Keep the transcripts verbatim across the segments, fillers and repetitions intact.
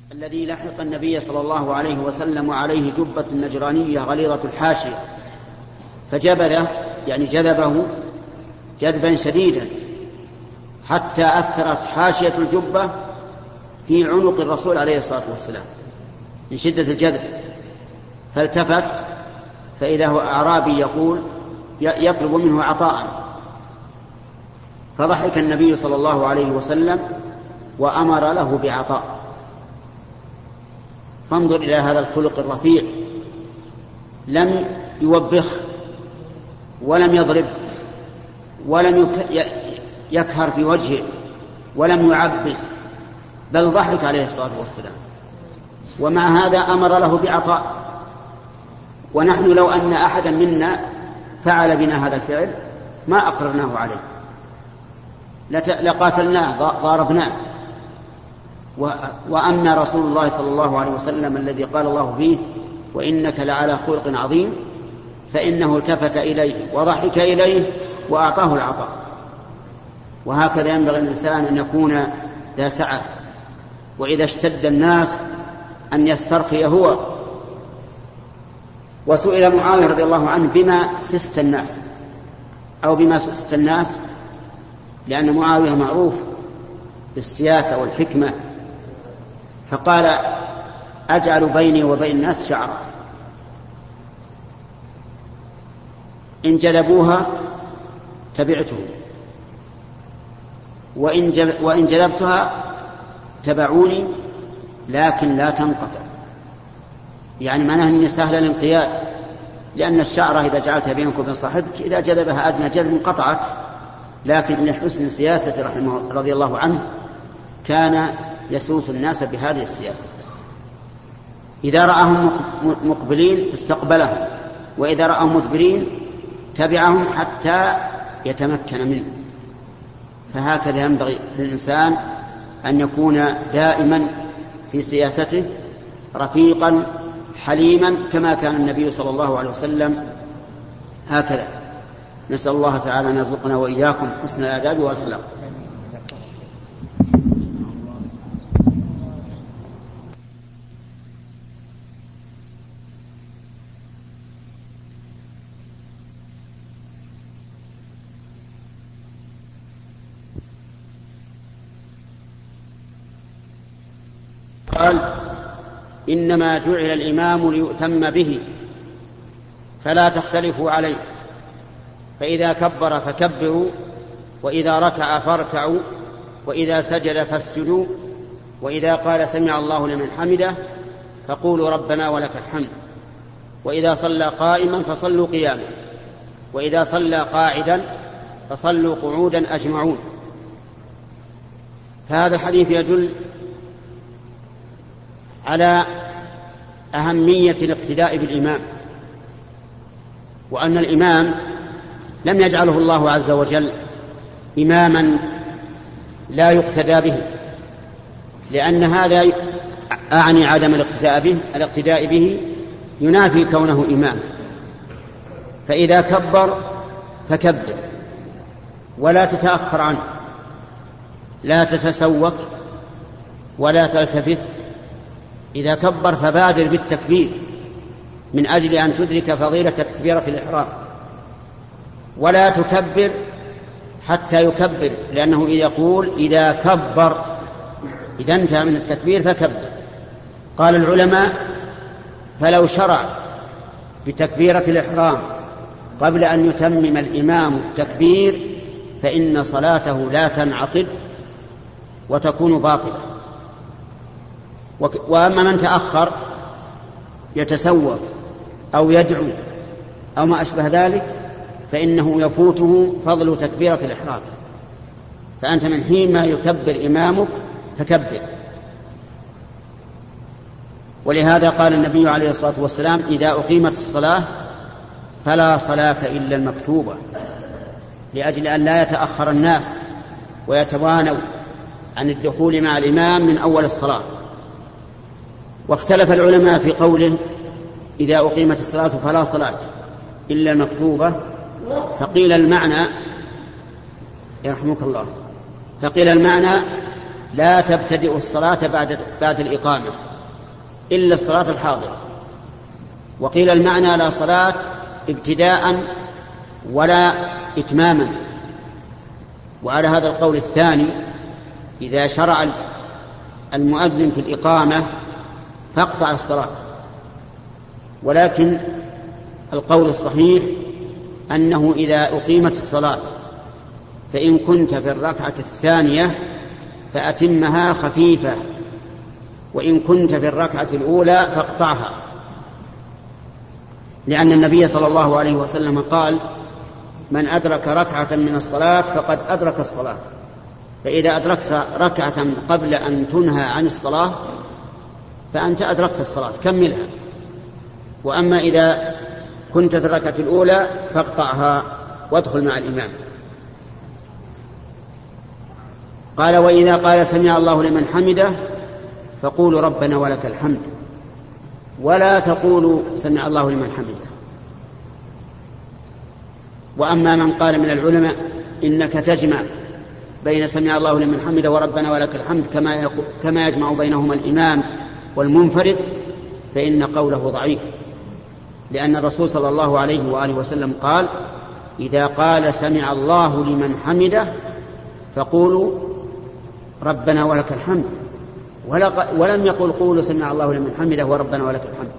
الذي لحق النبي صلى الله عليه وسلم وعليه جبة نجرانية غليظة الحاشية فجبله يعني جذبه جذبا شديدا حتى أثرت حاشية الجبة في عنق الرسول عليه الصلاة والسلام من شدة الجذب، فالتفت فإذا هو أعرابي يقول يطلب منه عطاء، فضحك النبي صلى الله عليه وسلم وأمر له بعطاء. فانظر إلى هذا الخلق الرفيع، لم يوبخ ولم يضرب ولم يكهر في وجهه ولم يعبس، بل ضحك عليه الصلاة والسلام، ومع هذا أمر له بعطاء. ونحن لو أن أحدا منا فعل بنا هذا الفعل ما أقررناه عليه، لقاتلناه ضاربناه. وأما رسول الله صلى الله عليه وسلم الذي قال الله فيه وإنك لعلى خلق عظيم، فإنه التفت إليه وضحك إليه وأعطاه العطاء. وهكذا ينبغي الإنسان أن يكون ذا سعة، وإذا اشتد الناس أن يسترخي هو. وسئل معاوية رضي الله عنه بما سست الناس أو بما سست الناس، لأن معاوية معروف بالسياسة والحكمة، فقال أجعل بيني وبين الناس شعرا، إن جلبوها تبعتهم وإن, وإن جلبتها تبعوني، لكن لا تنقطع، يعني معناه أني سهل الانقياد، لأن الشعرة إذا جعلتها بينك وبين صاحبك إذا جذبها أدنى جذب انقطعت. لكن من حسن سياسة رحمه رضي الله عنه كان يسوس الناس بهذه السياسة، إذا رأهم مقبلين استقبلهم، وإذا رأهم مدبرين تبعهم حتى يتمكن منه. فهكذا ينبغي للإنسان أن يكون دائما في سياسته رفيقا حليما كما كان النبي صلى الله عليه وسلم هكذا. نسأل الله تعالى أن يرزقنا وإياكم حسن الآداب والأخلاق. قال إنما جعل الإمام ليؤتم به فلا تختلفوا عليه، فإذا كبر فكبروا، وإذا ركع فاركعوا، وإذا سجد فاسجدوا، وإذا قال سمع الله لمن حمده فقولوا ربنا ولك الحمد، وإذا صلى قائما فصلوا قياما، وإذا صلى قاعدا فصلوا قعودا أجمعون. فهذا الحديث يدل على أهمية الاقتداء بالإمام، وأن الإمام لم يجعله الله عز وجل إماما لا يقتدى به، لأن هذا أعني عدم الاقتداء به الاقتداء به ينافي كونه إمام. فإذا كبر فكبر ولا تتأخر عنه، لا تتسوق ولا تلتفت. إذا كبر فبادر بالتكبير من أجل أن تدرك فضيلة تكبيرة الإحرام، ولا تكبر حتى يكبر، لأنه يقول إذا كبر، إذا انتهى من التكبير فكبر. قال العلماء فلو شرع بتكبيرة الإحرام قبل أن يتمم الإمام التكبير فإن صلاته لا تنعقد وتكون باطلة. وأما من تأخر يتسوق أو يدعو أو ما أشبه ذلك فإنه يفوته فضل تكبيرة الإحرام. فأنت من حين ما يكبر إمامك فكبر. ولهذا قال النبي عليه الصلاة والسلام إذا أقيمت الصلاة فلا صلاة إلا المكتوبة، لأجل أن لا يتأخر الناس ويتوانوا عن الدخول مع الإمام من أول الصلاة. واختلف العلماء في قوله إذا أقيمت الصلاة فلا صلاة إلا المكتوبة، فقيل المعنى يرحمك الله فقيل المعنى لا تبتدئ الصلاة بعد, بعد الإقامة إلا الصلاة الحاضرة. وقيل المعنى لا صلاة ابتداء ولا إتماما. وعلى هذا القول الثاني إذا شرع المؤذن في الإقامة فاقطع الصلاة. ولكن القول الصحيح أنه إذا أقيمت الصلاة فإن كنت في الركعة الثانية فأتمها خفيفة، وإن كنت في الركعة الأولى فاقطعها، لأن النبي صلى الله عليه وسلم قال من أدرك ركعة من الصلاة فقد أدرك الصلاة. فإذا أدركت ركعة قبل أن تنهى عن الصلاة فأنت أدركت الصلاة كملها، وأما إذا كنت في الركعة الأولى فاقطعها وادخل مع الإمام. قال وإذا قال سمع الله لمن حمده فقولوا ربنا ولك الحمد، ولا تقولوا سمع الله لمن حمده. وأما من قال من العلماء إنك تجمع بين سمع الله لمن حمده وربنا ولك الحمد كما كما يجمع بينهما الإمام والمنفرد، فإن قوله ضعيف، لأن الرسول صلى الله عليه وآله وسلم قال إذا قال سمع الله لمن حمده فقولوا ربنا ولك الحمد، ولم يقل قولوا سمع الله لمن حمده وربنا ولك الحمد.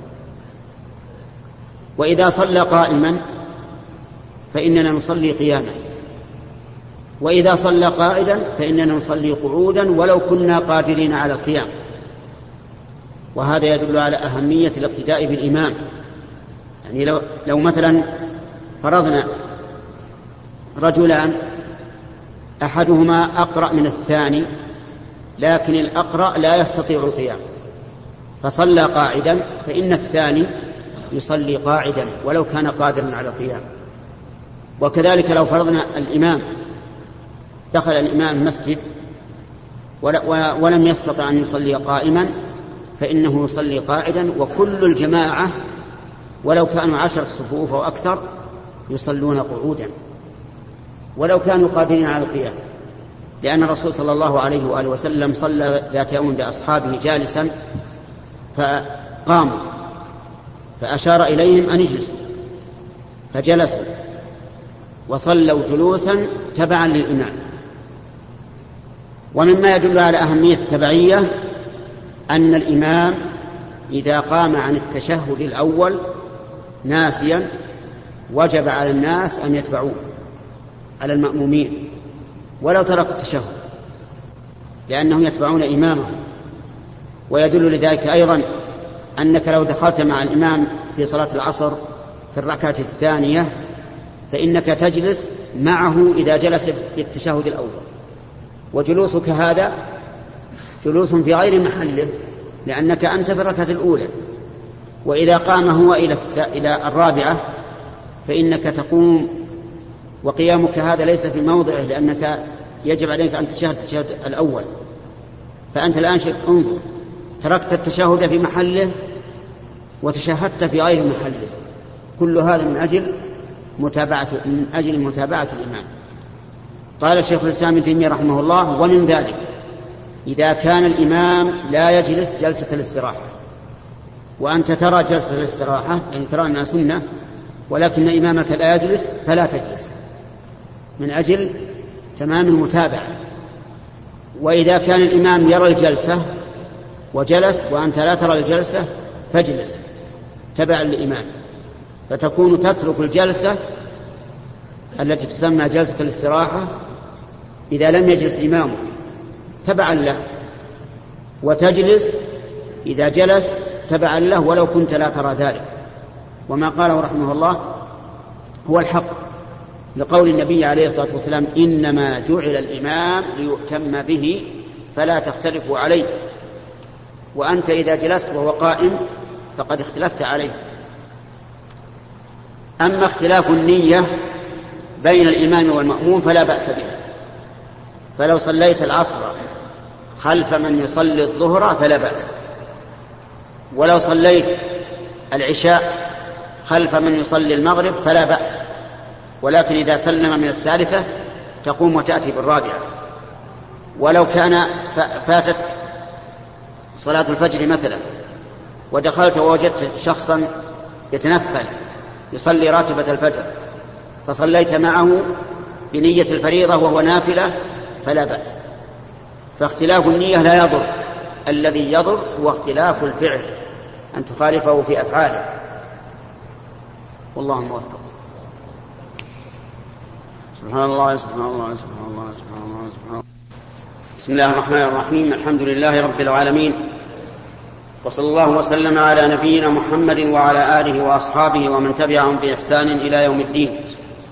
وإذا صلى قائما فإننا نصلي قياما، وإذا صلى قاعدا فإننا نصلي قعودا ولو كنا قادرين على القيام. وهذا يدل على أهمية الاقتداء بالإمام. يعني لو, لو مثلا فرضنا رجلان أحدهما أقرأ من الثاني لكن الأقرأ لا يستطيع القيام فصلى قاعدا، فإن الثاني يصلي قاعدا ولو كان قادرا على القيام. وكذلك لو فرضنا الإمام دخل الإمام المسجد ولم يستطع أن يصلي قائما فإنه يصلي قاعدا، وكل الجماعة ولو كانوا عشر صفوف أو أكثر يصلون قعودا ولو كانوا قادرين على القيام، لأن الرسول صلى الله عليه وآله وسلم صلى ذات يوم بأصحابه جالسا فقاموا فأشار إليهم أن يجلسوا فجلسوا وصلوا جلوسا تبعا للإمام. ومما يدل على أهمية التبعية أن الإمام إذا قام عن التشهد الأول ناسيا وجب على الناس أن يتبعوه على المأمومين ولو تركوا التشهد، لأنهم يتبعون إمامهم. ويدل لذلك أيضا أنك لو دخلت مع الإمام في صلاة العصر في الركعة الثانية فإنك تجلس معه إذا جلس في التشهد الأول، وجلوسك هذا جلوس في غير محله لأنك أنت في الركعة الأولى. وإذا قام هو إلى الرابعة فإنك تقوم، وقيامك هذا ليس في موضعه لأنك يجب عليك أن تشهد التشهد الأول. فأنت الآن شك انظر، تركت التشهد في محله وتشهدت في غير محله، كل هذا من أجل متابعة من أجل متابعة الإمام. قال الشيخ الإسلام ابن تيمية رحمه الله ومن ذلك إذا كان الإمام لا يجلس جلسة الاستراحة، وأنت ترى جلسة الاستراحة يعني ترى أنها سنة ولكن إمامك لا يجلس فلا تجلس من أجل تمام المتابعة. وإذا كان الإمام يرى الجلسة وجلس وأنت لا ترى الجلسة فاجلس تبعا للإمام، فتكون تترك الجلسة التي تسمى جلسة الاستراحة إذا لم يجلس إمامك تبعا له، وتجلس إذا جلس تبعا له ولو كنت لا ترى ذلك. وما قاله رحمه الله هو الحق، لقول النبي عليه الصلاة والسلام إنما جعل الإمام ليؤتم به فلا تختلفوا عليه، وأنت إذا جلست وهو قائم فقد اختلفت عليه. أما اختلاف النية بين الإمام والمأموم فلا بأس به، فلو صليت العصر خلف من يصلي الظهر فلا بأس، ولو صليت العشاء خلف من يصلي المغرب فلا بأس، ولكن إذا سلم من الثالثة تقوم وتأتي بالرابعة. ولو كان فاتت صلاة الفجر مثلا ودخلت ووجدت شخصا يتنفل يصلي راتبة الفجر فصليت معه بنية الفريضة وهو نافلة فلا بأس. فاختلاف النية لا يضر، الذي يضر هو اختلاف الفعل، أن تخالفه في أفعاله. والله موفق. سبحان الله سبحان الله سبحان الله سبحان الله سبحان الله. بسم الله الرحمن الرحيم. الحمد لله رب العالمين، وصلى الله وسلم على نبينا محمد وعلى آله وأصحابه ومن تبعهم بإحسان إلى يوم الدين.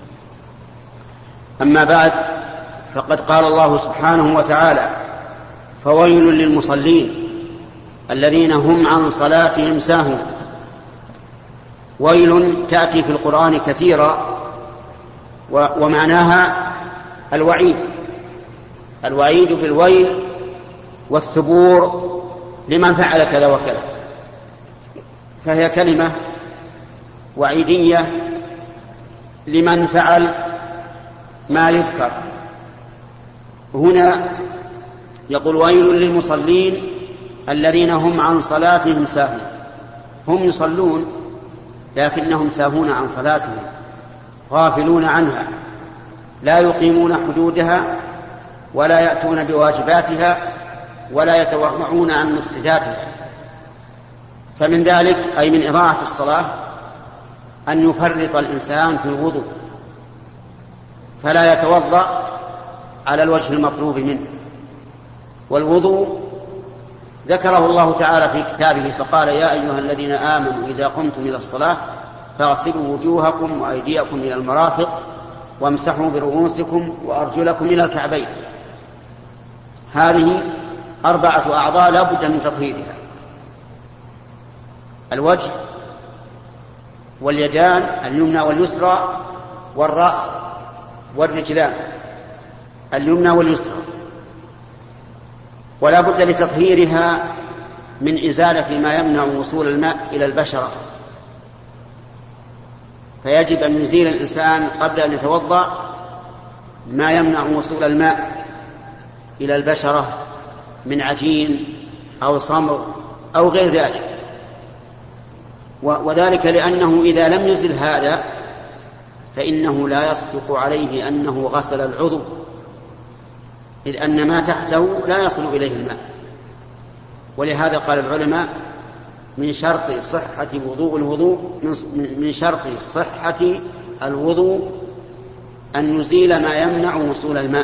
أما بعد، فقد قال الله سبحانه وتعالى: فويل للمصلين الذين هم عن صلاتهم ساهون. ويل تأتي في القرآن كثيرا ومعناها الوعيد، الوعيد بالويل والثبور لمن فعل كذا وكذا، فهي كلمة وعيدية لمن فعل ما يذكر. هنا يقول: ويل للمصلين الذين هم عن صلاتهم ساهون. هم يصلون لكنهم ساهون عن صلاتهم، غافلون عنها، لا يقيمون حدودها ولا يأتون بواجباتها ولا يتورعون عن مفسداتها. فمن ذلك أي من إضاعة الصلاة أن يفرط الإنسان في الوضوء فلا يتوضأ على الوجه المطلوب منه. والوضوء ذكره الله تعالى في كتابه فقال: يا أيها الذين آمنوا إذا قمتم إلى الصلاة فاغسلوا وجوهكم وأيديكم إلى المرافق وامسحوا برؤوسكم وأرجلكم إلى الكعبين. هذه أربعة أعضاء لا بد من تطهيرها: الوجه واليدان اليمنى واليسرى والرأس والرجلان اليمنى واليسرى، ولا بد لتطهيرها من إزالة ما يمنع وصول الماء إلى البشرة، فيجب أن يزيل الإنسان قبل أن يتوضأ ما يمنع وصول الماء إلى البشرة من عجين أو صمغ أو غير ذلك. وذلك لأنه إذا لم يزل هذا فإنه لا يصدق عليه أنه غسل العضو، إذ أن ما تحته لا يصل إليه الماء. ولهذا قال العلماء: من شرط صحة وضوء الوضوء من شرط صحة الوضوء أن يزيل ما يمنع وصول الماء،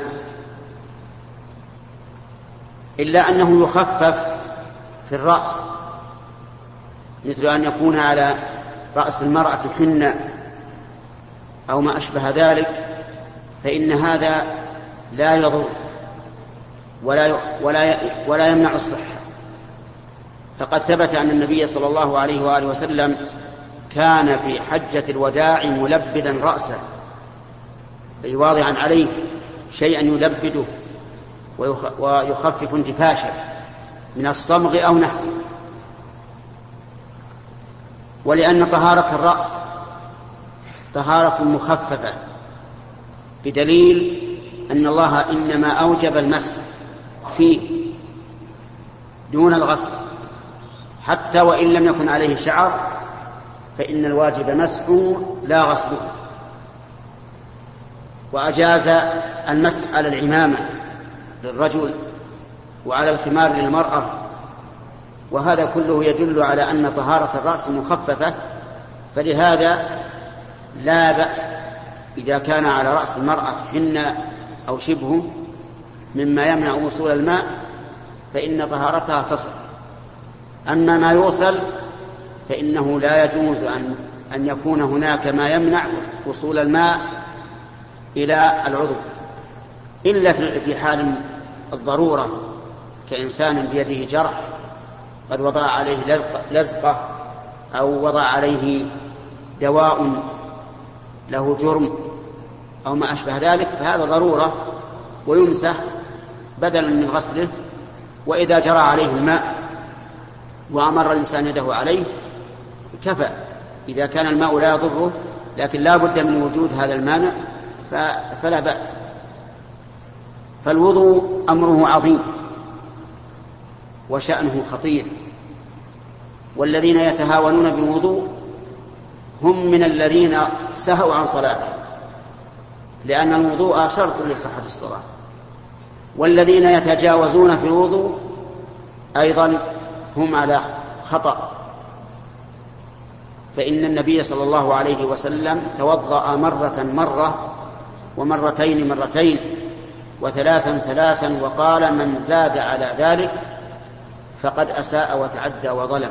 إلا أنه يخفف في الرأس، مثل أن يكون على رأس المرأة حنة أو ما أشبه ذلك، فإن هذا لا يضر ولا ولا ولا يمنع الصحة. فقد ثبت أن النبي صلى الله عليه وآله وسلم كان في حجة الوداع ملبدا رأسه، أي واضعا عليه شيئا يلبده ويخفف انتفاشه من الصمغ أو نحوه. ولأن طهارة الرأس طهارة مخففة بدليل أن الله إنما أوجب المسح فيه دون الغسل، حتى وإن لم يكن عليه شعر فإن الواجب مسحه لا غسله. وأجاز المسح على العمامة للرجل وعلى الخمار للمرأة، وهذا كله يدل على أن طهارة الرأس مخففة، فلهذا لا بأس إذا كان على رأس المرأة حنة أو شبهه مما يمنع وصول الماء فإن طهارتها تصح. أما ما يوصل فإنه لا يجوز أن, أن يكون هناك ما يمنع وصول الماء إلى العضو إلا في حال الضرورة، كإنسان بيده جرح قد وضع عليه لزقة أو وضع عليه دواء له جرم أو ما أشبه ذلك، فهذا ضرورة ويمسح بدلا من غسله. وإذا جرى عليه الماء وأمر الإنسان يده عليه كفى، إذا كان الماء لا يضره، لكن لا بد من وجود هذا المانع فلا بأس. فالوضوء أمره عظيم وشأنه خطير، والذين يتهاونون بالوضوء هم من الذين سهوا عن صلاته، لأن الوضوء شرط لصحة الصلاة. والذين يتجاوزون في الوضوء أيضا هم على خطأ، فإن النبي صلى الله عليه وسلم توضأ مرة مرة ومرتين مرتين وثلاثا ثلاثا، وقال من زاد على ذلك فقد أساء وتعدى وظلم.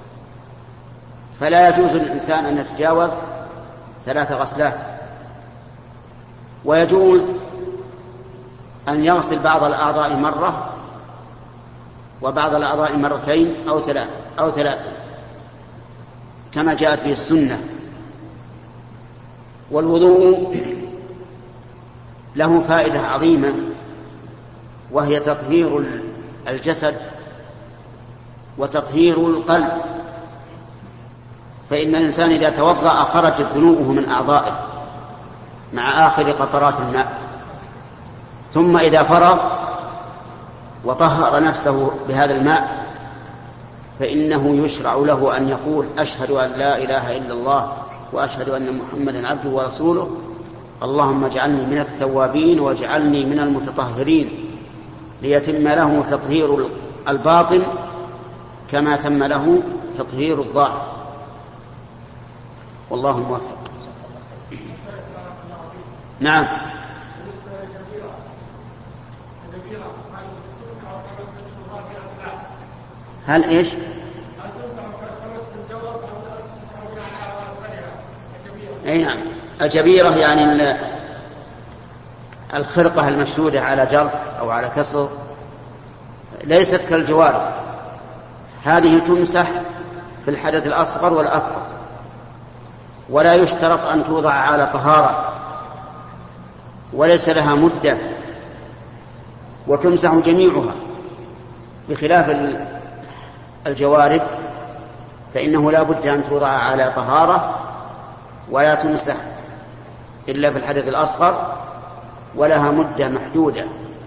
فلا يجوز للإنسان أن يتجاوز ثلاث غسلات، ويجوز أن يغسل بعض الأعضاء مرة وبعض الأعضاء مرتين أو ثلاث أو ثلاثة كما جاءت به السنة. والوضوء له فائدة عظيمة، وهي تطهير الجسد وتطهير القلب، فإن الإنسان إذا توضأ خرجت ذنوبه من أعضائه مع آخر قطرات الماء، ثم إذا فرغ وطهر نفسه بهذا الماء فإنه يشرع له أن يقول أشهد أن لا إله إلا الله وأشهد أن محمدا عبده ورسوله، اللهم اجعلني من التوابين واجعلني من المتطهرين، ليتم له تطهير الباطن كما تم له تطهير الظاهر. والله موفق. نعم. هل إيش؟ أي نعم، الجبيرة يعني الخرقة المشدودة على جرح أو على كسر، ليست كالجوارح، هذه تمسح في الحدث الأصغر والأكبر، ولا يشترط أن توضع على طهارة، وليس لها مدة، وتمسح جميعها، بخلاف الجوارب فإنه لا بد أن توضع على طهارة ولا تمسح إلا في الحدث الأصغر، ولها مدة محدودة،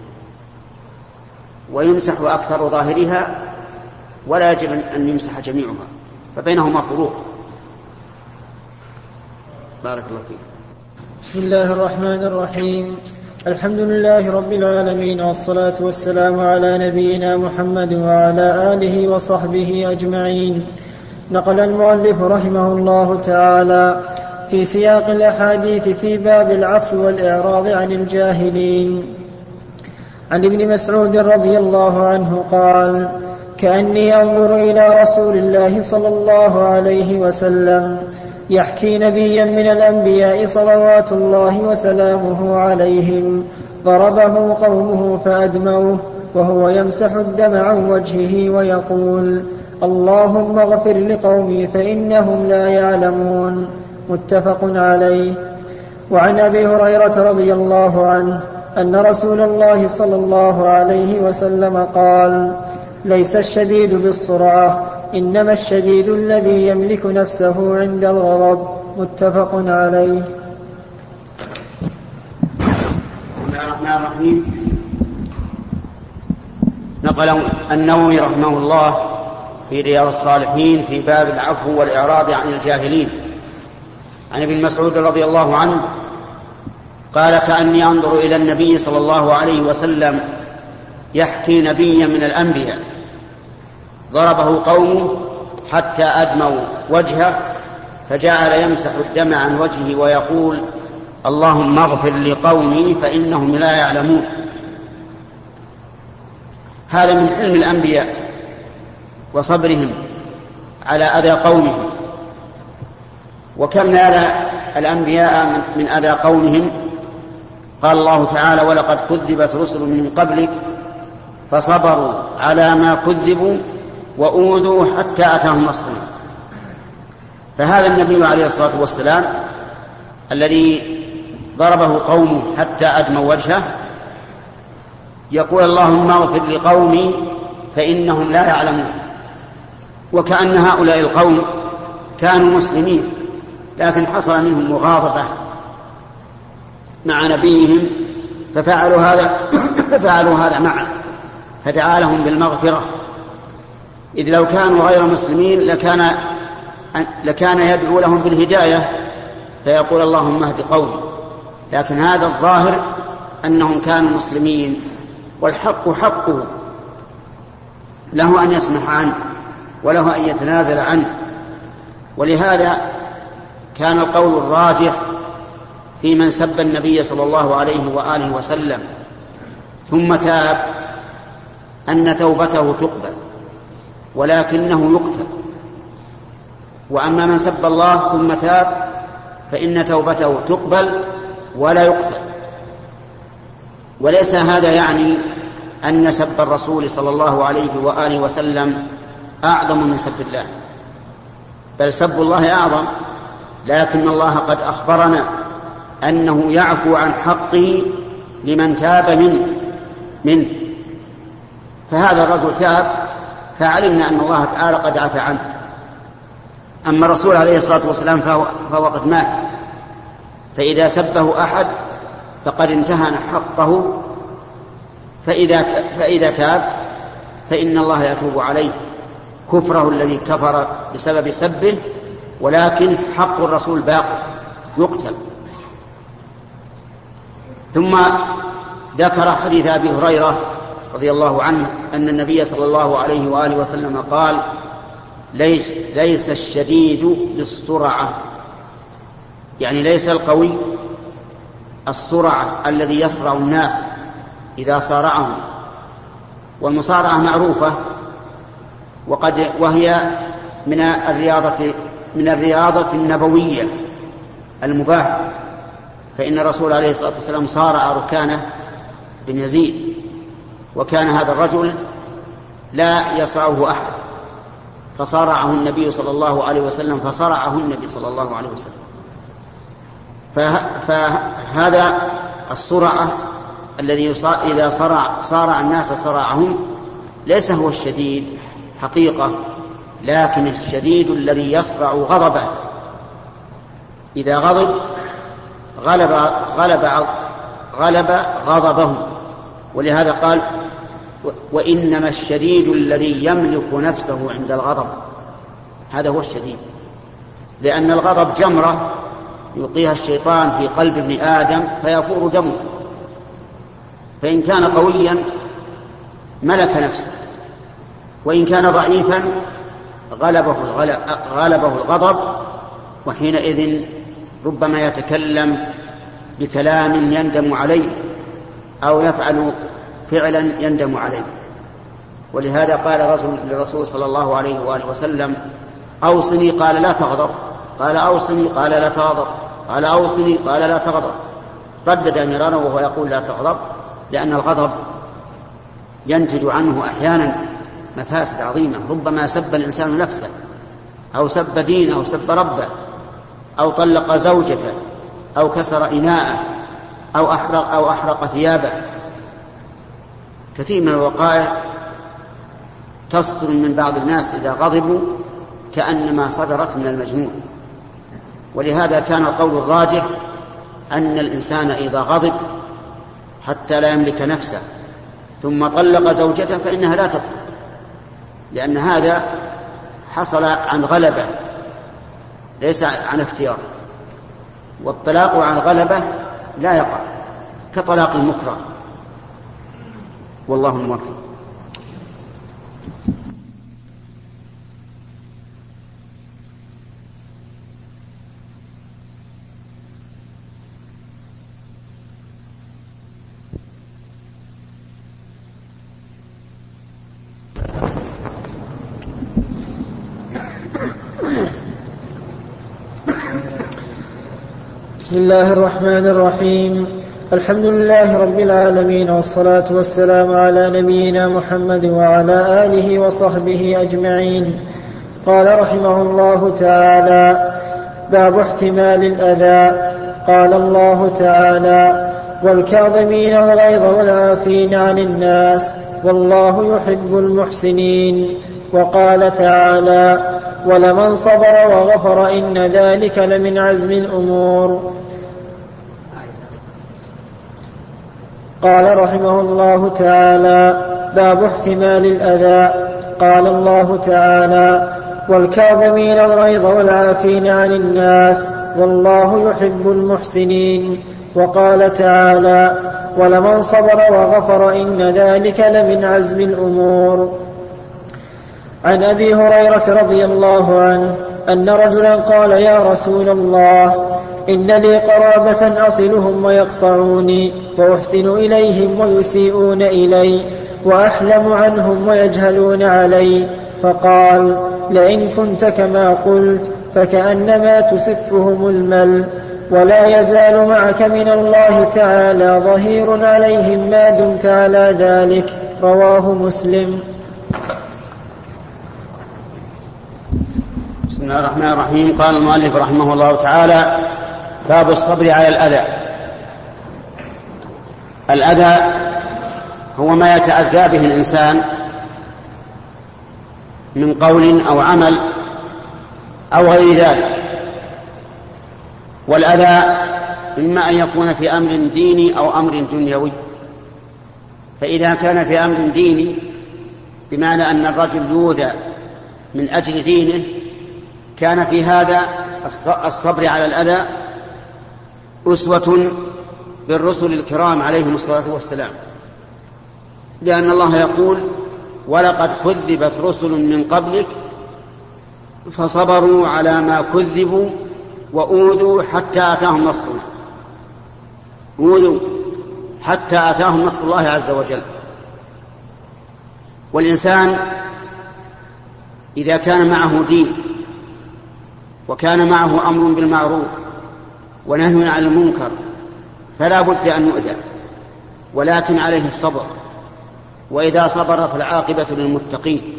ويمسح أكثر ظاهرها ولا يجب أن يمسح جميعها، فبينهما فروق. بارك الله فيك. بسم الله الرحمن الرحيم. الحمد لله رب العالمين، والصلاة والسلام على نبينا محمد وعلى آله وصحبه أجمعين. نقل المؤلف رحمه الله تعالى في سياق الأحاديث في باب العفو والإعراض عن الجاهلين عن ابن مسعود رضي الله عنه قال: كأني أنظر إلى رسول الله صلى الله عليه وسلم يحكي نبيا من الأنبياء صلوات الله وسلامه عليهم ضربه قومه فأدموه وهو يمسح الدم عن وجهه ويقول: اللهم اغفر لقومي فإنهم لا يعلمون. متفق عليه. وعن أبي هريرة رضي الله عنه أن رسول الله صلى الله عليه وسلم قال: ليس الشديد بالسرعة، إنما الشديد الذي يملك نفسه عند الغضب. متفق عليه. بسم الله الرحمن الرحيم. نقل النووي رحمه الله في رياض الصالحين في باب العفو والإعراض عن الجاهلين عن ابن مسعود رضي الله عنه قال: كأني أنظر إلى النبي صلى الله عليه وسلم يحكي نبيا من الأنبياء ضربه قومه حتى أدموا وجهه فجعل يمسح الدم عن وجهه ويقول: اللهم اغفر لقومي فإنهم لا يعلمون. هذا من حلم الأنبياء وصبرهم على أذى قومهم. وكم نال الأنبياء من أذى قومهم؟ قال الله تعالى: ولقد كذبت رسل من قبلك فصبروا على ما كذبوا وأوذوا حتى أتاهم نصرنا. فهذا النبي عليه الصلاة والسلام الذي ضربه قومه حتى أدموا وجهه يقول: اللهم اغفر لقومي فإنهم لا يعلمون. وكأن هؤلاء القوم كانوا مسلمين، لكن حصل منهم مغاضبة مع نبيهم ففعلوا هذا ففعلوا هذا معه فدعا لهم بالمغفرة. إذ لو كانوا غير مسلمين لكان, لكان يدعو لهم بالهداية فيقول اللهم اهد قومي، لكن هذا الظاهر أنهم كانوا مسلمين، والحق حقه، له أن يسمح عنه وله أن يتنازل عنه. ولهذا كان القول الراجح في من سب النبي صلى الله عليه وآله وسلم ثم تاب أن توبته تقبل ولكنه يقتل، وأما من سب الله ثم تاب فإن توبته تقبل ولا يقتل. وليس هذا يعني أن سب الرسول صلى الله عليه وآله وسلم أعظم من سب الله، بل سب الله أعظم، لكن الله قد أخبرنا أنه يعفو عن حقه لمن تاب منه, منه فهذا الرجل تاب فعلمنا أن الله تعالى قد عفى عنه. أما الرسول عليه الصلاة والسلام فهو, فهو قد مات، فإذا سبه أحد فقد انتهى حقه، فإذا, فإذا تاب فإن الله يتوب عليه كفره الذي كفر بسبب سبه، ولكن حق الرسول باق يقتل. ثم ذكر حديث أبي هريرة رضي الله عنه أن النبي صلى الله عليه وآله وسلم قال ليس, ليس الشديد بالسرعة، يعني ليس القوي السرعة الذي يصرع الناس إذا صارعهم، والمصارعة معروفة وقد وهي من الرياضة من الرياضة النبوية المباحة، فإن الرسول عليه الصلاة والسلام صارع ركانة بن يزيد، وكان هذا الرجل لا يصرعه أحد فصارعه النبي صلى الله عليه وسلم فصرعه النبي صلى الله عليه وسلم. فهذا الصرعة الذي إذا صرع صارع الناس صرعهم ليس هو الشديد حقيقة، لكن الشديد الذي يصرع غضبه، إذا غضب غلب, غلب, غلب غضبه. ولهذا قال وإنما الشديد الذي يملك نفسه عند الغضب، هذا هو الشديد، لأن الغضب جمرة يلقيها الشيطان في قلب ابن آدم فيفور دمه، فإن كان قويا ملك نفسه، وإن كان ضعيفا غلبه, غلبه الغضب، وحينئذ ربما يتكلم بكلام يندم عليه أو يفعل فعلا يندم عليه. ولهذا قال رسول للرسول صلى الله عليه وآله وسلم أوصني، قال لا تغضب، قال أوصني، قال لا تغضب، قال أوصني، قال لا تغضب، ردد مرارا وهو يقول لا تغضب، لأن الغضب ينتج عنه أحيانا مفاسد عظيمة، ربما سب الإنسان نفسه أو سب دينه أو سب ربه أو طلق زوجته أو كسر إناءه أو أحرق, أو أحرق ثيابه. كثير من الوقائع تصدر من بعض الناس إذا غضبوا كأنما صدرت من المجنون. ولهذا كان القول الراجح أن الإنسان إذا غضب حتى لا يملك نفسه ثم طلق زوجته فإنها لا تطلق، لأن هذا حصل عن غلبة ليس عن اختيار، والطلاق عن غلبة لا يقع كطلاق المكره، والله الموفق. بسم الله الرحمن الرحيم. الحمد لله رب العالمين، والصلاة والسلام على نبينا محمد وعلى آله وصحبه أجمعين. قال رحمه الله تعالى: باب احتمال الأذى. قال الله تعالى: والكاظمين الغيظ والعافين عن الناس والله يحب المحسنين. وقال تعالى: ولمن صبر وغفر إن ذلك لمن عزم الأمور. قال رحمه الله تعالى: باب احتمال الأذى. قال الله تعالى: والكاظمين الغيظ والعافين عن الناس والله يحب المحسنين. وقال تعالى: ولمن صبر وغفر إن ذلك لمن عزم الأمور. عن أبي هريرة رضي الله عنه أن رجلا قال: يا رسول الله، إن لي قرابة أصلهم ويقطعوني وأحسن إليهم ويسيئون إلي وأحلم عنهم ويجهلون علي. فقال: لئن كنت كما قلت فكأنما تسفهم المل، ولا يزال معك من الله تعالى ظهير عليهم ما دمت على ذلك. رواه مسلم. بسم الله الرحمن الرحيم. قال المؤلف رحمه الله تعالى: باب الصبر على الأذى. الأذى هو ما يتأذى به الإنسان من قول أو عمل أو غير ذلك. والأذى إما أن يكون في أمر ديني أو أمر دنيوي. فإذا كان في أمر ديني بمعنى أن الرجل يؤذى من أجل دينه، كان في هذا الصبر على الأذى أسوة بالرسل الكرام عليهم الصلاة والسلام، لأن الله يقول: ولقد كذبت رسل من قبلك فصبروا على ما كذبوا وأوذوا حتى أتاهم نصرنا. أوذوا حتى أتاهم نصر الله عز وجل. والإنسان إذا كان معه دين وكان معه أمر بالمعروف ونهي عن المنكر فلا بد أن يؤذى، ولكن عليه الصبر، وإذا صبر فالعاقبة للمتقين.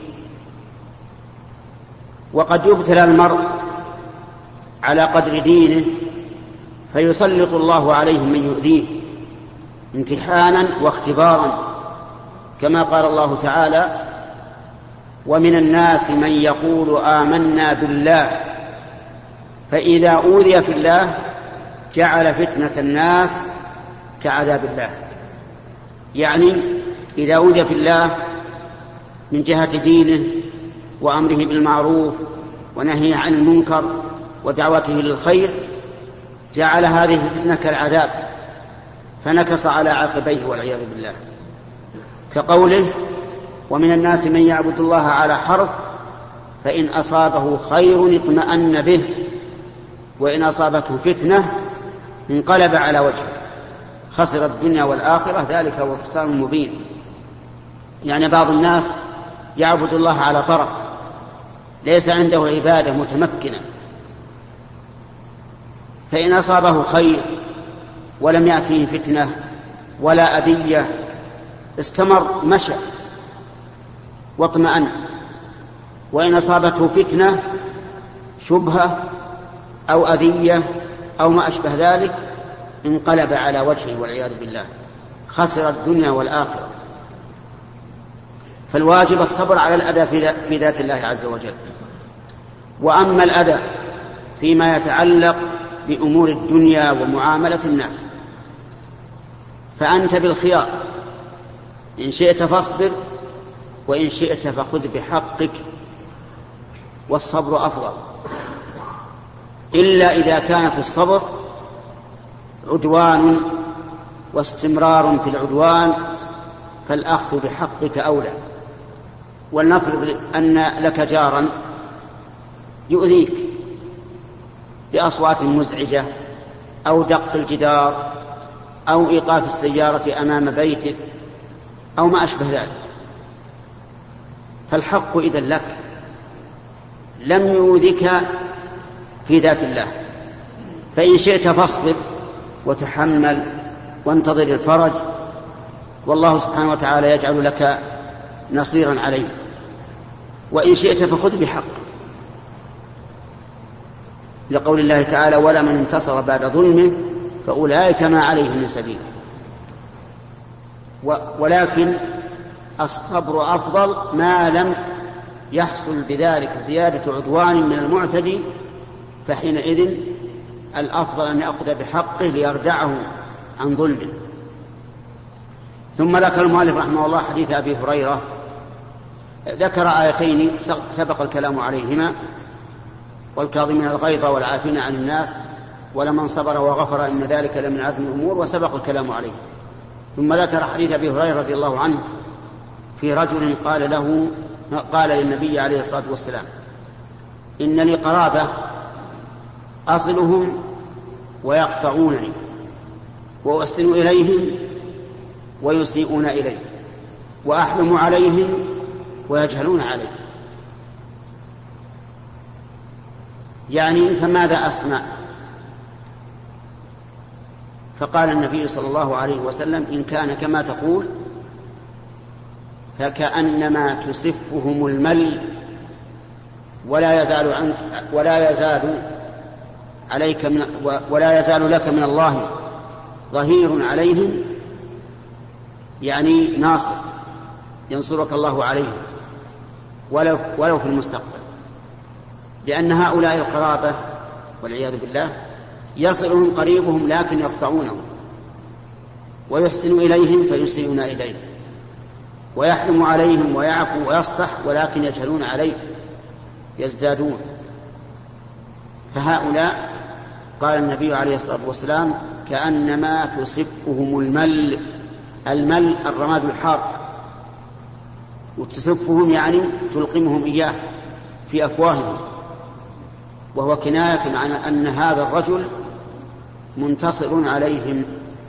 وقد يبتلى المرء على قدر دينه فيسلط الله عليه من يؤذيه امتحانا واختبارا، كما قال الله تعالى: ومن الناس من يقول آمنا بالله فإذا أوذي في الله جعل فتنة الناس كعذاب الله. يعني إذا أوذي في الله من جهة دينه وأمره بالمعروف ونهيه عن المنكر ودعوته للخير جعل هذه الفتنة كالعذاب فنكص على عقبيه والعياذ بالله، كقوله: ومن الناس من يعبد الله على حرف فإن أصابه خير اطمأن به وإن أصابته فتنة انقلب على وجهه خسر الدنيا والآخرة ذلك هو الخسران المبين. يعني بعض الناس يعبد الله على طرف، ليس عنده عبادة متمكنة، فإن أصابه خير ولم يأتيه فتنة ولا أذية استمر مشى واطمأن، وإن أصابته فتنة شبهة أو أذية أو ما أشبه ذلك انقلب على وجهه والعياذ بالله خسر الدنيا والآخرة. فالواجب الصبر على الأذى في ذات الله عز وجل. وأما الأذى فيما يتعلق بأمور الدنيا ومعاملة الناس فأنت بالخيار، إن شئت فاصبر وإن شئت فخذ بحقك، والصبر أفضل، إلا إذا كان في الصبر عدوان واستمرار في العدوان فالأخذ بحقك أولى. ولنفرض أن لك جارا يؤذيك بأصوات مزعجة أو دق الجدار أو إيقاف السيارة أمام بيتك أو ما أشبه ذلك، فالحق إذن لك، لم يؤذك في ذات الله. فإن شئت فاصبر وتحمل وانتظر الفرج، والله سبحانه وتعالى يجعل لك نصيرا عليه. وإن شئت فخذ بحق، لقول الله تعالى: ولمن انتصر بعد ظلمه فأولئك ما عليهم من سبيل. ولكن الصبر أفضل ما لم يحصل بذلك زيادة عدوان من المعتدي، فحينئذ الأفضل أن يأخذ بحقه ليردعه عن ظلمه. ثم ذكر المؤلف رحمه الله حديث أبي هريرة، ذكر آيتين سبق الكلام عليهما: والكاظمين الغيظ والعافين عن الناس ولمن صبر وغفر إن ذلك لمن عزم الأمور، وسبق الكلام عليه. ثم ذكر حديث أبي هريرة رضي الله عنه في رجل قال له قال للنبي عليه الصلاة والسلام: إن لي قرابة أصلهم ويقطعونني وأحسن إليهم ويسيئون إلي وأحلم عليهم ويجهلون علي، يعني فماذا أصنع؟ فقال النبي صلى الله عليه وسلم: إن كان كما تقول فكأنما تسفهم المل ولا يزال عنك ولا يزال عليك من ولا يزال لك من الله ظهير عليهم، يعني ناصر ينصرك الله عليهم ولو, ولو في المستقبل، لأن هؤلاء القرابة والعياذ بالله يصلهم قريبهم لكن يقطعونهم، ويحسن إليهم فيسيئون إليه، ويحلم عليهم ويعفو ويصفح ولكن يجهلون عليه يزدادون. فهؤلاء قال النبي عليه الصلاة والسلام: كأنما تسفهم المل. المل الرماد الحار، وتسفهم يعني تلقمهم إياه في أفواههم، وهو كناية عن أن هذا الرجل منتصر عليهم.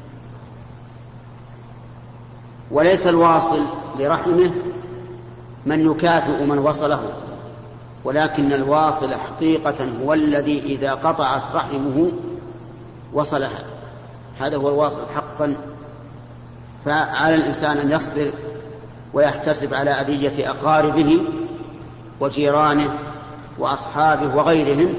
وليس الواصل لرحمه من يكافئ من وصله، ولكن الواصل حقيقة هو الذي إذا قطعت رحمه وصلها، هذا هو الواصل حقا. فعلى الإنسان أن يصبر ويحتسب على أذية أقاربه وجيرانه وأصحابه وغيرهم،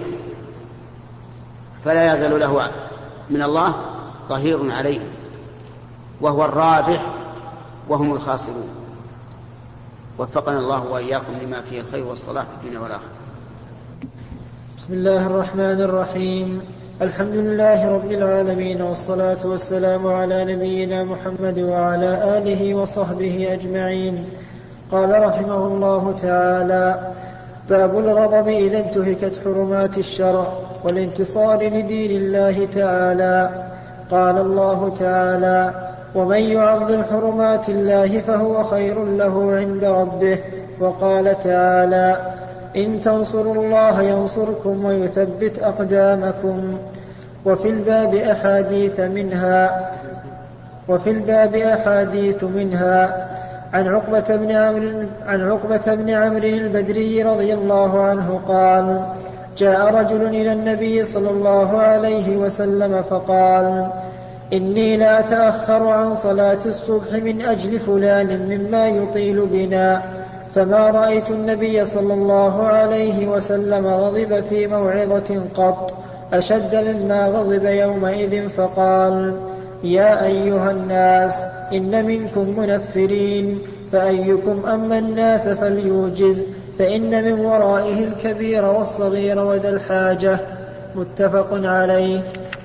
فلا يزال له من الله ظهير عليه، وهو الرابح وهم الخاسرون. وفقنا الله وإياكم لما فيه الخير والصلاح في الدنيا والآخرة. بسم الله الرحمن الرحيم. الحمد لله رب العالمين، والصلاة والسلام على نبينا محمد وعلى آله وصحبه أجمعين. قال رحمه الله تعالى: باب الغضب إذا انتهكت حرمات الشرع والانتصار لدين الله تعالى. قال الله تعالى: ومن يعظم حرمات الله فهو خير له عند ربه. وقال تعالى: إن تنصروا الله ينصركم ويثبت أقدامكم. وفي الباب أحاديث منها وفي الباب أحاديث منها عن عقبة بن عمرو عن عقبة بن عمرو البدري رضي الله عنه قال: جاء رجل إلى النبي صلى الله عليه وسلم فقال: إني لا أتأخر عن صلاة الصبح من أجل فلان مما يطيل بنا. فما رأيت النبي صلى الله عليه وسلم غضب في موعظة قط أشد مما غضب يومئذ، فقال: يا أيها الناس إن منكم منفرين، فأيكم أما الناس فليوجز، فإن من ورائه الكبير والصغير وذا الحاجة. متفق عليه.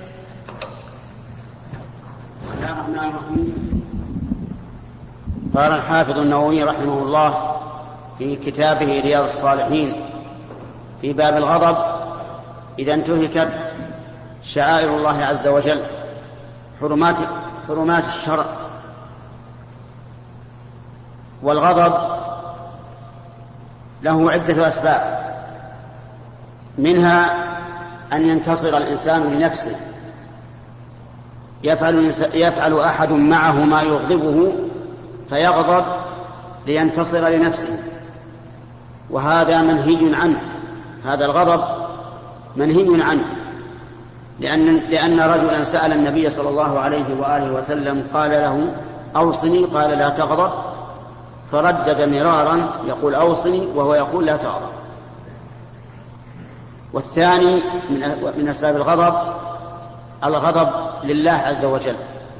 قال الحافظ النووي رحمه الله في كتابه رياض الصالحين في باب الغضب إذا انتهكت شعائر الله عز وجل، حرمات, حرمات الشرع. والغضب له عدة أسباب، منها أن ينتصر الإنسان لنفسه، يفعل, يفعل أحد معه ما يغضبه فيغضب لينتصر لنفسه، وهذا منهي عنه. هذا الغضب منهي عنه، لأن, لأن رجلا سأل النبي صلى الله عليه وآله وسلم قال له: أوصني، قال: لا تغضب، فردد مرارا يقول: أوصني، وهو يقول: لا تغضب. والثاني من أسباب الغضب الغضب لله عز وجل،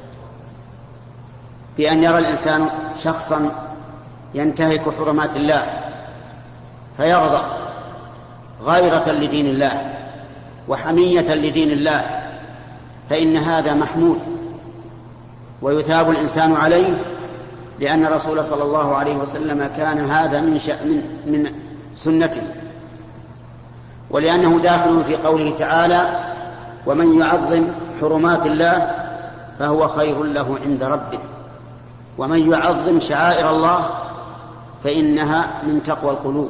بأن يرى الإنسان شخصا ينتهك حرمات الله فيغضب غيرة لدين الله وحمية لدين الله، فإن هذا محمود ويثاب الإنسان عليه لأن الرسول صلى الله عليه وسلم كان هذا من, من, من سنته، ولأنه داخل في قوله تعالى: ومن يعظم حرمات الله فهو خير له عند ربه، ومن يعظم شعائر الله فإنها من تقوى القلوب.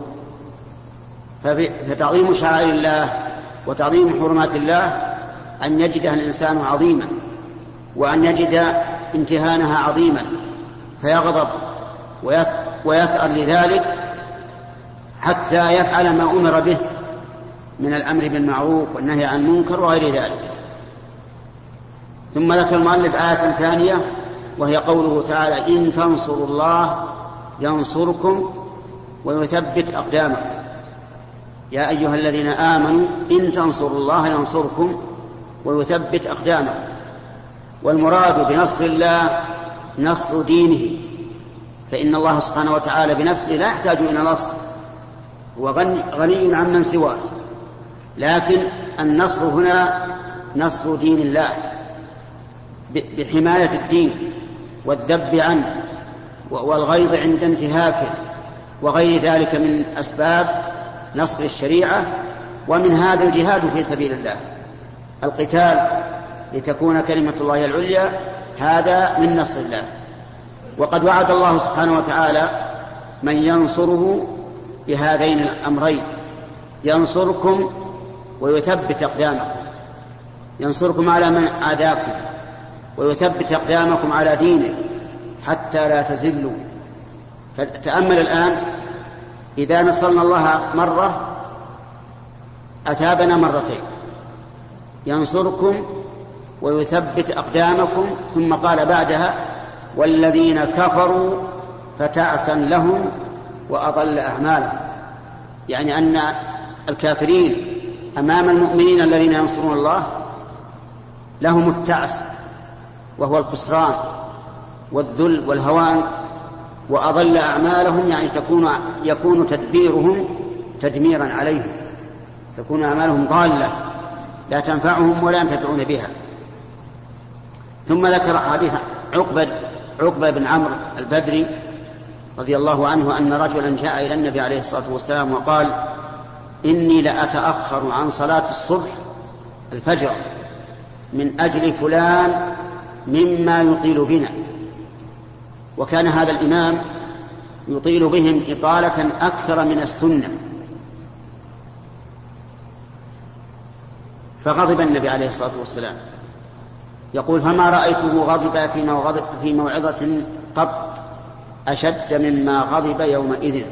فتعظيم شعائر الله وتعظيم حرمات الله أن يجدها الإنسان عظيما، وأن يجد امتهانها عظيما فيغضب ويسأل لذلك حتى يفعل ما أمر به من الأمر بالمعروف والنهي عن المنكر وغير ذلك. ثم ذكر المؤلف آية ثانية وهي قوله تعالى: إن تنصروا الله ينصركم ويثبت أقدامكم. يا أيها الذين آمنوا إن تنصروا الله ينصركم ويثبت أقدامكم. والمراد بنصر الله نصر دينه، فإن الله سبحانه وتعالى بنفسه لا يحتاج إلى نصر، هو غني عن من سواه، لكن النصر هنا نصر دين الله بحماية الدين والذب عنه والغيظ عند انتهاكه وغير ذلك من أسباب نصر الشريعة. ومن هذا الجهاد في سبيل الله، القتال لتكون كلمة الله العليا، هذا من نصر الله. وقد وعد الله سبحانه وتعالى من ينصره بهذين الأمرين: ينصركم ويثبت أقدامكم، ينصركم على من عاداكم ويثبت أقدامكم على دينه حتى لا تزلوا. فتأمل الآن، إذا نصرنا الله مرة أثابنا مرتين: ينصركم ويثبت أقدامكم، ثم قال بعدها: والذين كفروا فتعسا لهم وأضل أعمالهم. يعني أن الكافرين أمام المؤمنين الذين ينصرون الله لهم التعس وهو الخسران والذل والهوان، وأضل أعمالهم يعني تكون يكون تدبيرهم تدميرا عليهم، تكون أعمالهم ضالة لا تنفعهم ولا ينتفعون بها. ثم ذكر حديث عقبة عقبة بن عمرو البدري رضي الله عنه أن رجلا جاء إلى النبي عليه الصلاة والسلام وقال: إني لأتأخر عن صلاة الصبح الفجر من أجل فلان مما يطيل بنا. وكان هذا الإمام يطيل بهم إطالة أكثر من السنة، فغضب النبي عليه الصلاة والسلام، يقول: فما رأيته غضب في موعظة قط أشد مما غضب يومئذ.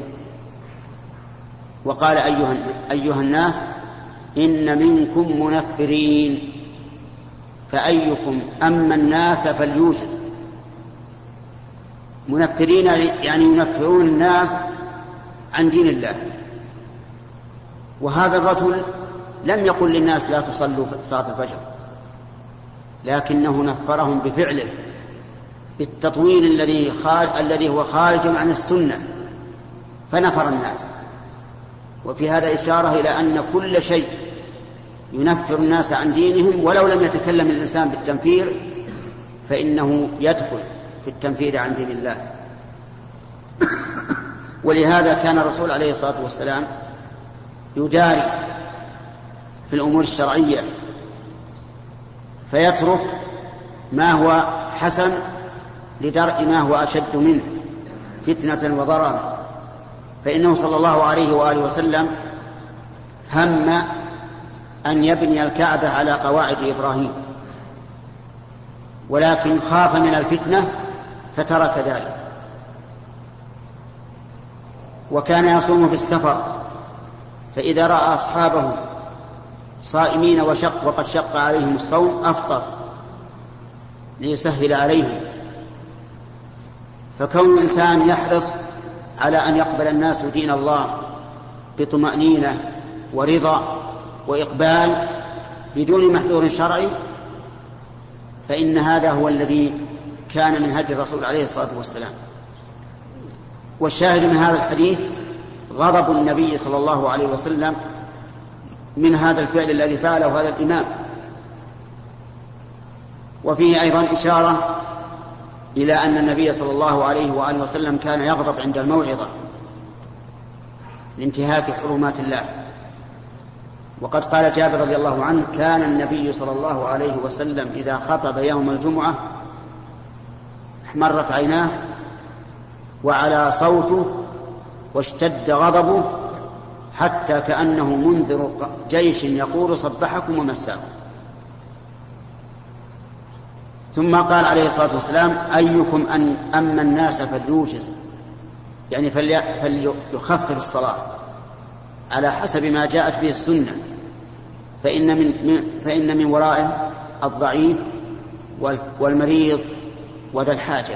وقال: أيها, أيها الناس إن منكم منفرين، فأيكم أما الناس فليوجز. منفرين يعني ينفرون الناس عن دين الله. وهذا الرجل لم يقل للناس لا تصلوا صلاة الفجر، لكنه نفرهم بفعله بالتطويل الذي الذي هو خارج عن السنة، فنفر الناس. وفي هذا إشارة إلى أن كل شيء ينفر الناس عن دينهم ولو لم يتكلم الإنسان بالتنفير فإنه يدخل في التنفير عن دين الله. ولهذا كان الرسول عليه الصلاة والسلام يداري في الأمور الشرعية فيترك ما هو حسن لدرء ما هو أشد منه فتنة وضررا. فإنه صلى الله عليه وآله وسلم هم أن يبني الكعبة على قواعد إبراهيم، ولكن خاف من الفتنة فترك ذلك. وكان يصوم في السفر، فإذا رأى أصحابه صائمين وشق وقد شق عليهم الصوم أفطر ليسهل عليهم. فكون الإنسان يحرص على أن يقبل الناس دين الله بطمأنينة ورضا وإقبال بدون محذور شرعي، فإن هذا هو الذي كان من هدي الرسول عليه الصلاة والسلام. والشاهد من هذا الحديث غضب النبي صلى الله عليه وسلم من هذا الفعل الذي فعله هذا الإمام. وفيه أيضا إشارة إلى أن النبي صلى الله عليه وآله وسلم كان يغضب عند الموعظة لانتهاك حرمات الله. وقد قال جابر رضي الله عنه: كان النبي صلى الله عليه وسلم إذا خطب يوم الجمعة احمرت عيناه وعلى صوته واشتد غضبه حتى كأنه منذر جيش يقول صبحكم ومساكم. ثم قال عليه الصلاة والسلام: أيكم أن أما الناس فليوجز، يعني فليخفف الصلاة على حسب ما جاءت به السنة، فإن من, فإن من ورائه الضعيف والمريض وذا الحاجة.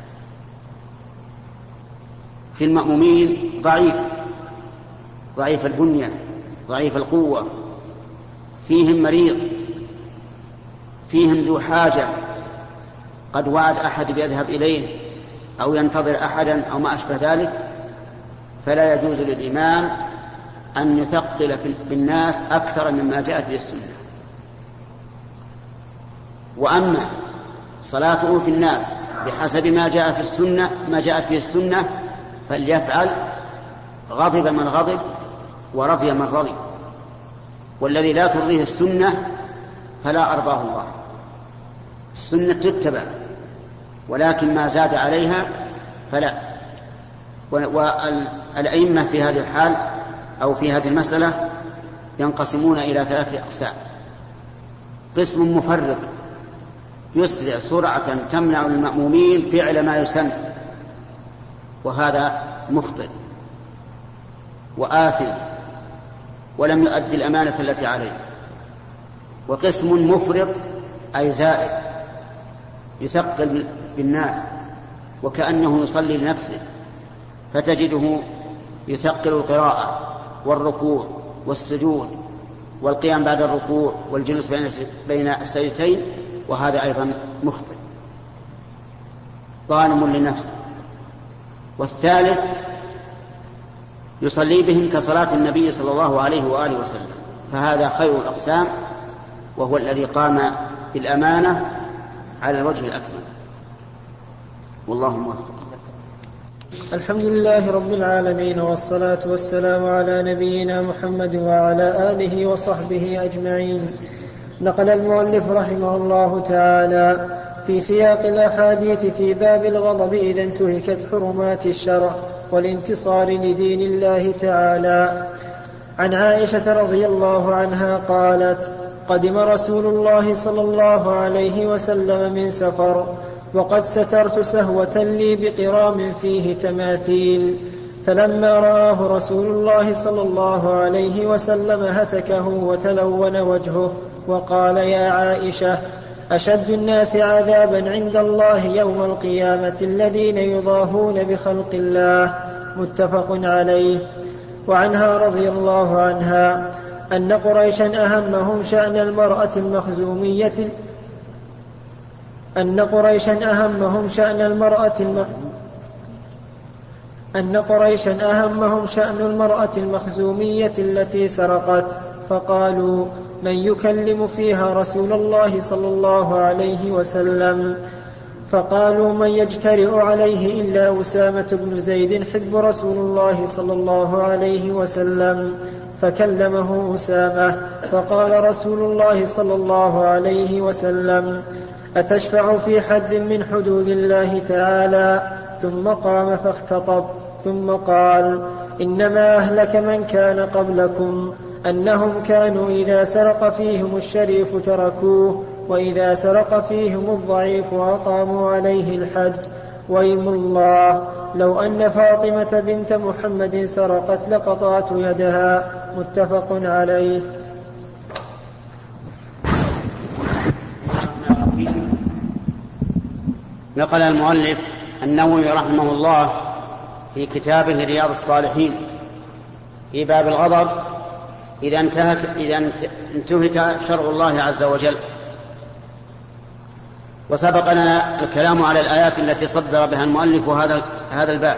في المأمومين ضعيف ضعيف البنية ضعيف القوة، فيهم مريض، فيهم ذو حاجة قد وعد أحد بيذهب إليه أو ينتظر أحدا أو ما أشبه ذلك، فلا يجوز للإمام أن يثقل بالناس أكثر مما جاءت به السنة. وأما صلاته في الناس بحسب ما جاء في السنة ما جاءت به السنة فليفعل، غضب من غضب ورضي من رضي، والذي لا ترضيه السنة فلا أرضاه الله. السنة تتبع، ولكن ما زاد عليها فلا. والأئمة في هذه الحال أو في هذه المسألة ينقسمون إلى ثلاثة أقسام: قسم مفرط يسرع سرعة تمنع المأمومين فعل ما يسن، وهذا مخطئ وآثم ولم يؤدي الأمانة التي عليه. وقسم مفرط أي زائد يثقل بالناس وكأنه يصلي لنفسه، فتجده يثقل القراءة والركوع والسجود والقيام بعد الركوع والجلوس بين السجدتين، وهذا أيضا مخطئ ظالم لنفسه. والثالث يصلي بهم كصلاة النبي صلى الله عليه وآله وسلم، فهذا خير الأقسام، وهو الذي قام بالأمانة على الوجه الأكمل. والله موفق. الحمد لله رب العالمين، والصلاة والسلام على نبينا محمد وعلى آله وصحبه أجمعين. نقل المؤلف رحمه الله تعالى في سياق الأحاديث في باب الغضب إذا انتهكت حرمات الشرع والانتصار لدين الله تعالى عن عائشة رضي الله عنها قالت: قدم رسول الله صلى الله عليه وسلم من سفر وقد سترت سهوة لي بقرام فيه تماثيل، فلما رآه رسول الله صلى الله عليه وسلم هتكه وتلون وجهه وقال: يا عائشة، أشد الناس عذابا عند الله يوم القيامة الذين يضاهون بخلق الله. متفق عليه. وعنها رضي الله عنها أن قريشا أهمهم شأن المرأة المخزومية أن قريشا أهمهم شأن المرأة الم... أن قريشا أهمهم شأن المرأة المخزومية التي سرقت، فقالوا: من يكلم فيها رسول الله صلى الله عليه وسلم؟ فقالوا: من يجترئ عليه إلا أسامة بن زيد حب رسول الله صلى الله عليه وسلم. فكلمه أسامة، فقال رسول الله صلى الله عليه وسلم: أتشفع في حد من حدود الله تعالى؟ ثم قام فاختطب، ثم قال: إنما أهلك من كان قبلكم أنهم كانوا إذا سرق فيهم الشريف تركوه، وإذا سرق فيهم الضعيف أقاموا عليه الحد. وإيم الله لو أن فاطمة بنت محمد سرقت لقطعت يدها. متفق عليه. نقل المؤلف النووي رحمه الله في كتابه رياض الصالحين في باب الغضب إذا انتهك, إذا انتهك شرع الله عز وجل. وسبق لنا الكلام على الآيات التي صدر بها المؤلف هذا هذا الباب.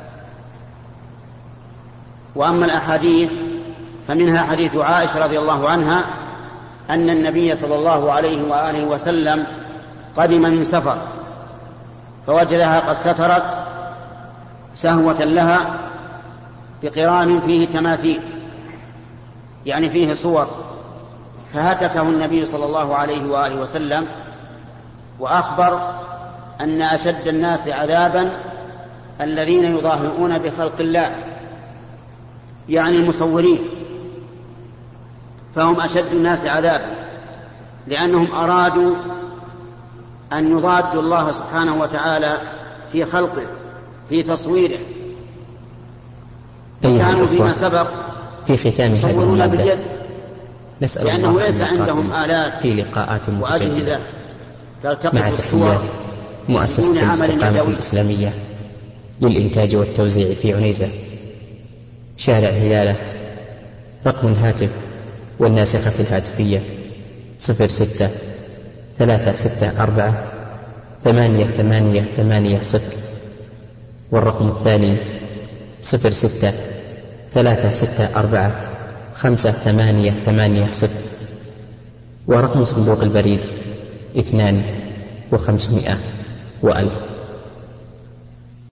وأما الأحاديث فمنها حديث عائشة رضي الله عنها أن النبي صلى الله عليه وآله وسلم قدم من سفر، فوجدها قد سترت سهوة لها بقران فيه تماثيل، يعني فيه صور، فهتكه النبي صلى الله عليه وآله وسلم وأخبر أن أشد الناس عذابا الذين يضاهئون بخلق الله، يعني المصورين، فهم أشد الناس عذابا لأنهم أرادوا أن يضادوا الله سبحانه وتعالى في خلقه في تصويره. كانوا فيما سبق في ختام هذه المادة نسأل لأنه ليس عندهم آلات في لقاءات وأجهزة مع تحيات مؤسسة الاستقامة الإسلامية للإنتاج والتوزيع في عنيزة، شارع هلالة. رقم الهاتف والناسخة الهاتفية صفر ستة ثلاثة ستة أربعة ثمانية ثمانية ثمانية صفر، والرقم الثاني صفر ستة ثلاثة ستة أربعة خمسة ثمانية ثمانية صفر، ورقم صندوق البريد اثنان وخمسمائة وألف.